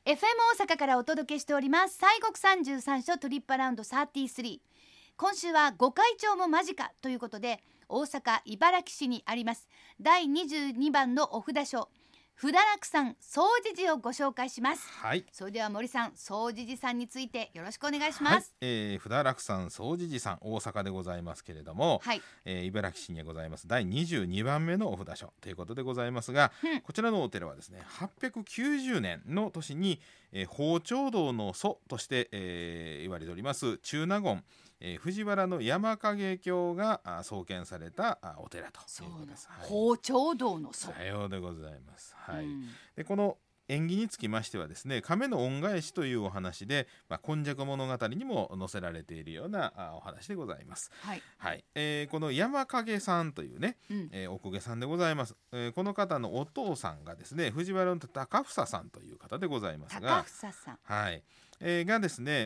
FM 大阪からお届けしております西国33所トリップアラウンド33。今週は御開帳も間近ということで、大阪茨木市にあります第22番のお札所不堕落山総持寺をご紹介します。 はい、 それでは森さん、総持寺さんについてよろしくお願いします。 不堕落山総持寺さん、大阪でございますけれども、 はい、 茨城市にございます第22番目のお札所ということでございますが、こちらのお寺はですね、890年の年に、宝長道の祖として、言われております中納言、藤原の山影教が創建されたお寺ということです。 宝長道の祖、 さようでございます。はい、でこの縁起につきましてはですね、亀の恩返しというお話で、今昔物語にも載せられているようなお話でございます。 はいはい、この山影さんというね、お公家さんでございます。この方のお父さんがですね、藤原の高房さんという方でございますが、 高房さん、 はい、がですね、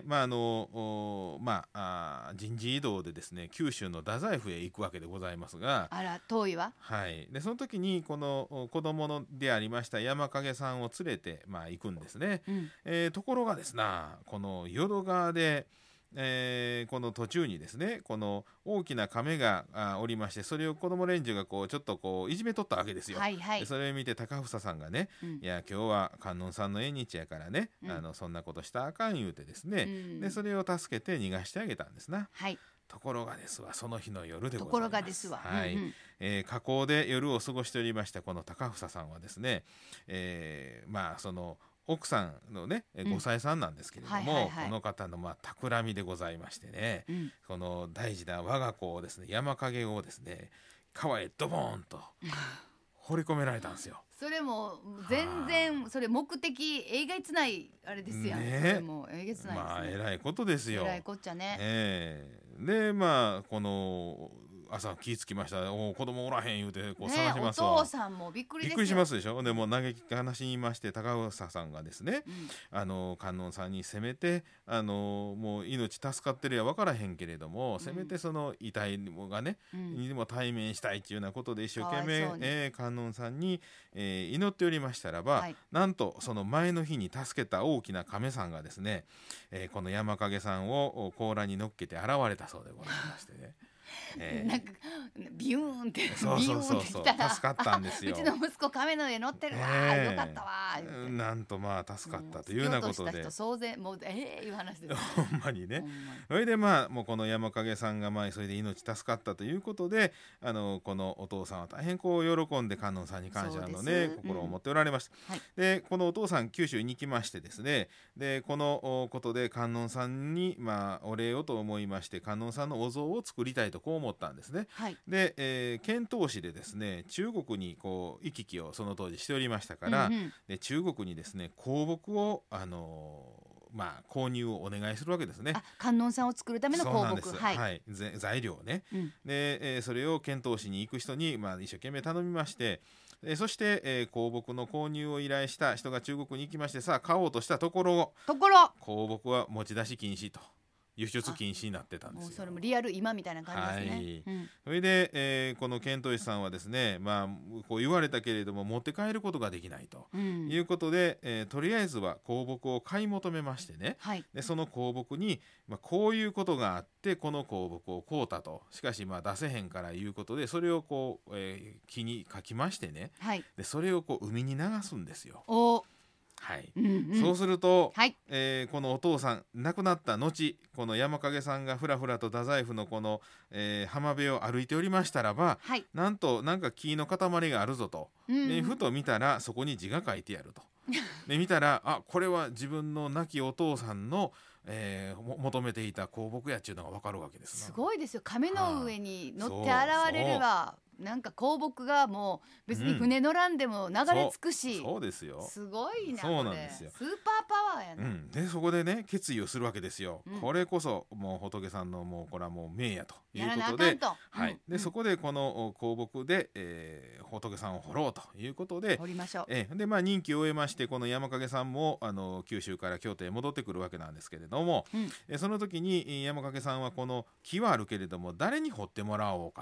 人事異動でですね、九州の太宰府へ行くわけでございますが、 あら遠いわ。 はい、でその時にこの子供のでありました山影さんを連れて、行くんですね。ところがですな、この淀川で、この途中にですね、この大きな亀がおりまして、それを子供連中がちょっといじめとったわけですよ。 はいはい、 でそれを見て高房さんがね、いや今日は観音さんの縁日やからね、そんなことしたらあかん言うてですね、でそれを助けて逃がしてあげたんですな。 はい、 ところがですわ、その日の夜でございます。 ところがですわ、 はい、河口で夜を過ごしておりましたこの高房さんはですね、その奥さんのねご妻さんなんですけれども、この方の企みでございましてね、この大事な我が子をですね、山影をですね、川へドボーンと放り込められたんですよ。 それも全然それ目的えげつないあれですやん、 ね、 それもえげつないですね。 えらいことですよ。 えらいこっちゃね。 でこの朝気ぃつきました。子供おらへん言うて探しますわ。 お父さんもびっくりですよ。 びっくりしますでしょ。でも嘆き話に言いまして、高房さんがですね、観音さんにせめてもう命助かってるや分からへんけれども、せめてその遺体がね、にも対面したいっていうようなことで一生懸命、観音さんに、祈っておりましたらば、なんとその前の日に助けた大きな亀さんがですね、この山影さんを甲羅に乗っけて現れたそうでございましてね。 なんかビューンってそう来たら助かったんですよ。 うちの息子亀の上乗ってるわ、よかったわなんと助かったというようなことで、 騒然もういう話です。 ほんまにね。それでもうこの山影さんがそれで命助かったということで、このお父さんは大変喜んで観音さんに感謝のね心を持っておられました。でこのお父さん九州に行きましてですね、でこのことで観音さんにお礼をと思いまして、観音さんのお像を作りたいとこう思ったんですね。で、遣唐使でですね、中国に行き来をその当時しておりましたから、で中国にですね香木を購入をお願いするわけですね。 観音さんを作るための香木、 材料をね。で、それを遣唐使に行く人に、一生懸命頼みまして、そして、香木の購入を依頼した人が中国に行きまして、さあ買おうとしたところ香木は持ち出し禁止と、輸出禁止になってたんですよ。 それもリアル今みたいな感じですね。 それで、この遣唐使さんはですね、こう言われたけれども持って帰ることができないということで、とりあえずは香木を買い求めましてね、でその香木に、こういうことがあってこの香木を買うたと、しかし出せへんからいうことで、それを木に書きましてね、でそれを海に流すんですよ。そうすると、このお父さん亡くなった後、この山影さんがふらふらと太宰府のこの、浜辺を歩いておりましたらば、なんか木の塊があるぞと、ふと見たらそこに字が書いてあると。で見たらこれは自分の亡きお父さんの、求めていた香木やっていうのが分かるわけです。 すごいですよ。亀の上に乗って現れればなんか香木がもう別に船乗らんでも流れ着くし、 そうですよ。 すごいな。 そうなんですよ。 スーパーパワーやな。 でそこでね決意をするわけですよ。これこそもう仏さんのこれはもう命やということで、でそこでこの香木で、仏さんを掘ろうということで掘りましょう。 で任期を終えまして、この山影さんも九州から京都へ戻ってくるわけなんですけれども、その時に山影さんはこの木はあるけれども誰に掘ってもらおうかと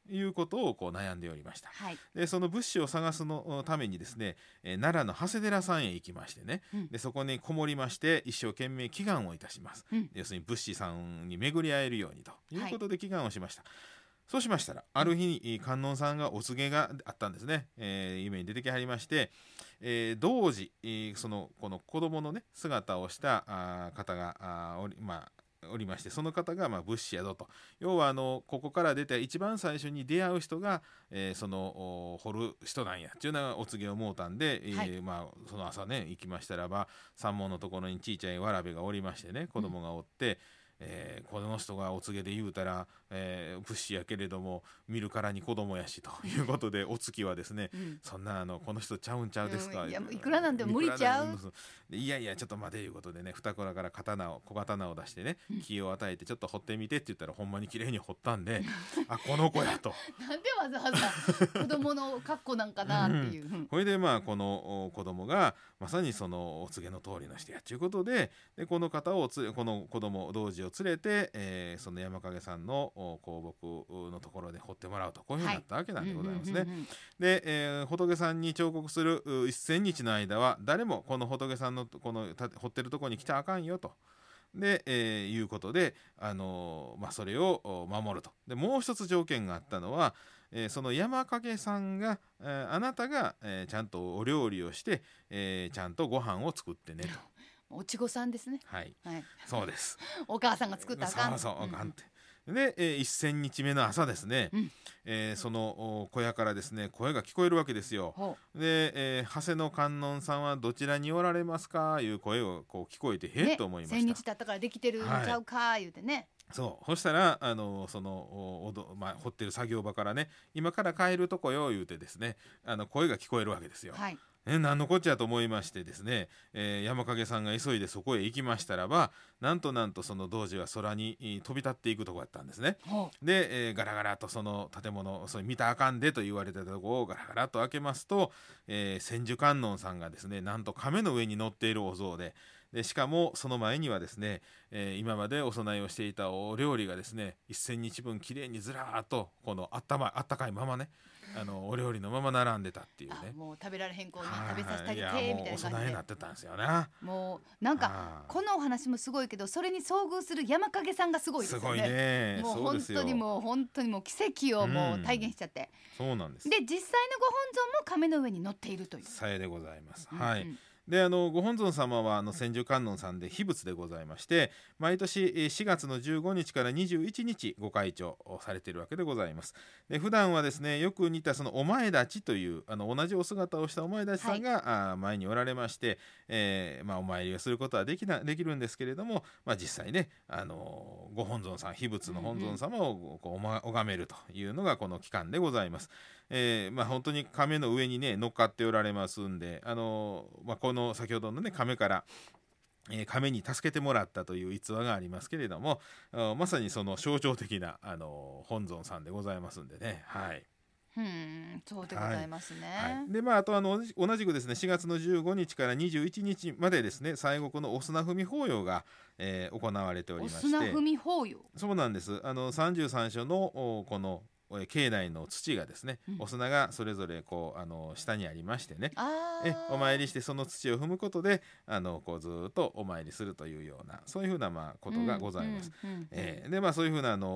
いうことをこう悩んでおりました。でその物資を探すのためにですね、奈良の長谷寺さんへ行きましてね、でそこにこもりまして一生懸命祈願をいたします。要するに物資さんに巡り合えるようにということで祈願をしました。そうしましたらある日に観音さんがお告げがあったんですね。夢に出てきはりまして、同時、この子供のね姿をした方がおりまして、その方が仏師やぞと。要はここから出て一番最初に出会う人が、その掘る人なんやっていうようなお告げをもうたんで、その朝ね行きましたらば山門のところにちいちゃいわらべがおりましてね、子供がおって、この人がお告げで言うたら、物資やけれども見るからに子供やしということでお月はですね、そんなこの人ちゃうんちゃうですか、 いやいくらなんでも無理ちゃう、 いやいやちょっと待ていうことでね、二倉から小刀を出してね、木を与えてちょっと掘ってみてって言ったらほんまに綺麗に掘ったんであこの子やとなんでわざわざ子供の格好なんかなっていう、 これでこの子供がまさにそのお告げの通りの人やということで、この方をこの子供童子を連れて、その山影さんの香木のところで掘ってもらうと、こういうふうになったわけなんでございますね。で、仏さんに彫刻する1000日の間は誰もこの仏さんのこの掘ってるところに来ちゃあかんよと。で、いうことで、それを守ると。でもう一つ条件があったのは、その山影さんが、あなたが、ちゃんとお料理をして、ちゃんとご飯を作ってねと。 おちごさんですね。 はい、そうです。 お母さんが作ったらあかん。 そうあかんって。で、1000日目の朝ですね、その小屋からですね声が聞こえるわけですよ。で、長谷の観音さんはどちらにおられますかいう声をこう聞こえてへっと思いました。 1000日経ったからできてるんちゃうか言うてね。 そしたらその掘ってる作業場からね、今から帰るとこよ言うてですね、声が聞こえるわけですよ。何のこっちゃと思いましてですね、山影さんが急いでそこへ行きましたらば、なんとその童子は空に飛び立っていくとこやったんですね。で、ガラガラとその建物、それ見たらあかんでと言われてたとこをガラガラと開けますと、千手観音さんがですね、なんと亀の上に乗っているお像で、しかもその前にはですね、今までお供えをしていたお料理がですね1000日分きれいにずらーっとこのあったかいままね、お料理のまま並んでたっていうね。 もう食べられへん子に食べさせてあげてみたいな感じで、 お供えになってたんですよね。 もうなんかこのお話もすごいけど、それに遭遇する山影さんがすごいですよね。 すごいね。 もう本当にもう奇跡をもう体現しちゃって、 そうなんです。 で実際のご本尊も亀の上に乗っているという。 さよでございます。はい。でご本尊様は千手観音さんで秘仏でございまして、毎年4月の15日から21日ご開帳されているわけでございます。で普段はですねよく似たそのお前立ちという同じお姿をしたお前立ちさんが、前におられまして、お参りをすることはできるんですけれども、実際ねご本尊さん、秘仏の本尊様を拝めるというのがこの期間でございます。本当に亀の上にね乗っかっておられますんで、この先ほどのね亀から亀に助けてもらったという逸話がありますけれども、まさにその象徴的な本尊さんでございますんでね。 そうでございますね。 であと同じくですね4月の15日から21日までですね西国のお砂踏み法要が、行われておりまして。 お砂踏み法要。 そうなんです。33所のこの境内の土がですね、お砂がそれぞれ下にありましてね、お参りしてその土を踏むことでずっとお参りするというような、そういうふうなことがございます。でそういうふうな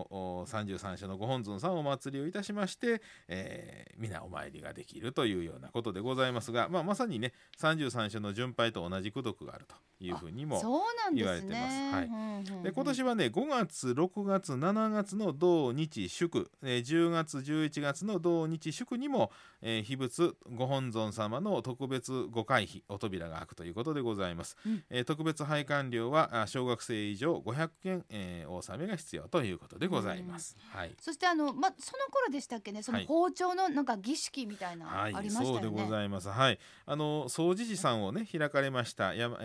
33所のご本尊さんをお祭りをいたしまして、皆お参りができるというようなことでございますが、まさにね33所の順拝と同じ功徳があるというふうにも言われてます。で今年はね5月6月7月の土日祝、10月11月の土日祝にも、秘仏ご本尊様の特別ご会費お扉が開くということでございます。特別拝観料は小学生以上500件、お納めが必要ということでございます。 そしてその頃でしたっけね、その包丁のなんか儀式みたいなありましたよね。 そうでございます。総持寺さんをね開かれました山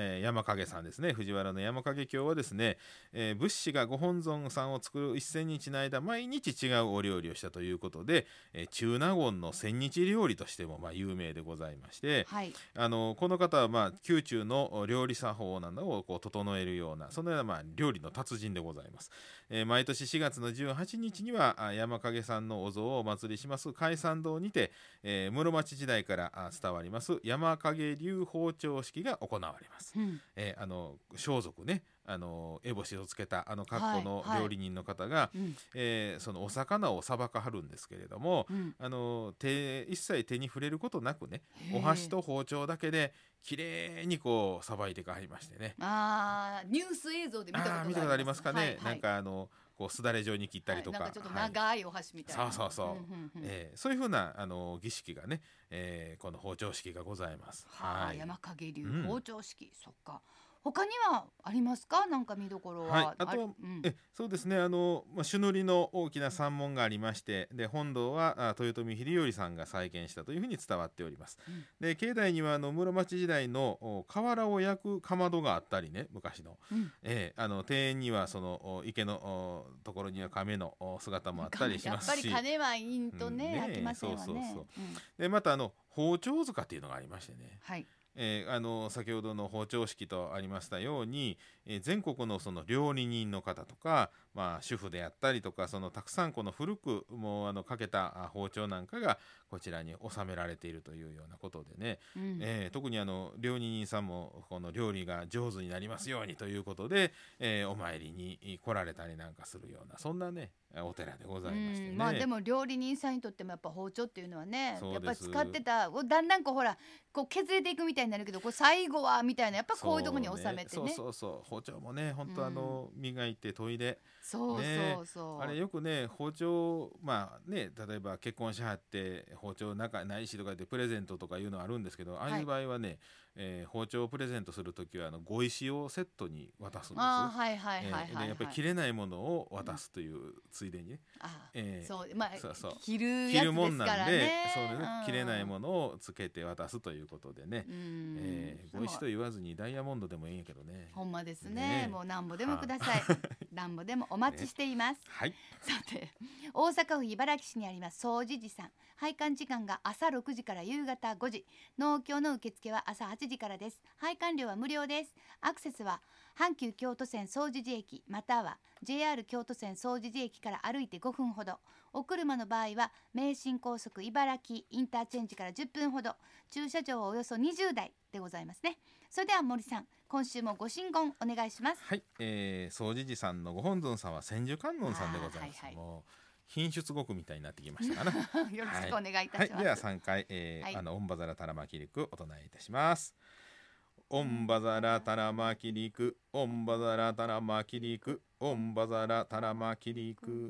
影さんですね。藤原の山影京はですね、仏師がご本尊さんを作る一千日の間毎日違うお料理をしたということで、中納言の千日料理としても有名でございまして、はい、この方は宮中の料理作法などを整えるようなそのような料理の達人でございます。毎年4月の18日には山影さんのお像をお祭りします開山堂にて、室町時代から伝わります山影流包丁式が行われます。装束ね、烏帽子をつけた格好の料理人の方が、そのお魚をさばかはるんですけれども、一切手に触れることなくね、お箸と包丁だけできれいにさばいてかはりましてね。 ニュース映像で見たことありますかね。 なんかすだれ状に切ったりとか、 なんかちょっと長いお箸みたいな、 そういうふうな儀式がね、この包丁式がございます。 山影流包丁式、そっか。他にはありますか、なんか見どころは。 あとは、そうですね、朱塗りの大きな山門がありまして、で本堂は豊臣秀頼さんが再建したというふうに伝わっております。で境内には室町時代の瓦を焼くかまどがあったりね、昔の、庭園にはその池のところには亀の姿もあったりしますし、 やっぱり鐘はいいんとね、焼けませんわね。 でまた包丁塚っていうのがありましてね、先ほどの包丁式とありましたように、全国のその料理人の方とか、主婦であったりとか、そのたくさんこの古くもうかけた包丁なんかがこちらに収められているというようなことでね、特に料理人さんもこの料理が上手になりますようにということで、お参りに来られたりなんかするような、そんなねお寺でございましてね。 でも料理人さんにとってもやっぱ包丁っていうのはね、やっぱ使ってただんだんほら削れていくみたいになるけど、最後はみたいな、やっぱこういうところに収めてね。 包丁もね、本当磨いて研いで、 あれよくね、包丁例えば結婚しはって包丁ないしとかでプレゼントとかいうのあるんですけど、ああいう場合はね、包丁をプレゼントするときは碁石をセットに渡すんです。やっぱり切れないものを渡すというついでにね、 切るやつもんですからなんで、 ね。 切れないものをつけて渡すということでね、碁石と言わずにダイヤモンドでもいいんやけどね。 ほんまですね。もうなんぼでもください。なんぼでもお待ちしています。さて、大阪府茨木市にあります総持寺さん、拝観時間が朝6時から夕方5時、農協の受付は朝8時からです。拝観料は無料です。アクセスは阪急京都線総持寺駅または JR 京都線総持寺駅から歩いて5分ほど、お車の場合は名神高速茨城インターチェンジから10分ほど、駐車場はおよそ20台でございますね。それでは森さん、今週もご神言お願いします。 総持寺さんのご本尊さんは千手観音さんでございます。もう品質語句みたいになってきましたかな。 よろしくお願いいたします。 では3回、オンバザラタラマキリクお唱えいたします。オンバザラタラマキリク、オンバザラタラマキリク、オンバザラタラマキリク。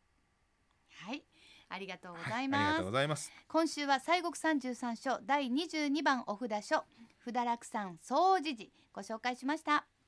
ありがとうございます。 ありがとうございます。 今週は西国33所第22番お札書、不堕落山総持寺ご紹介しました。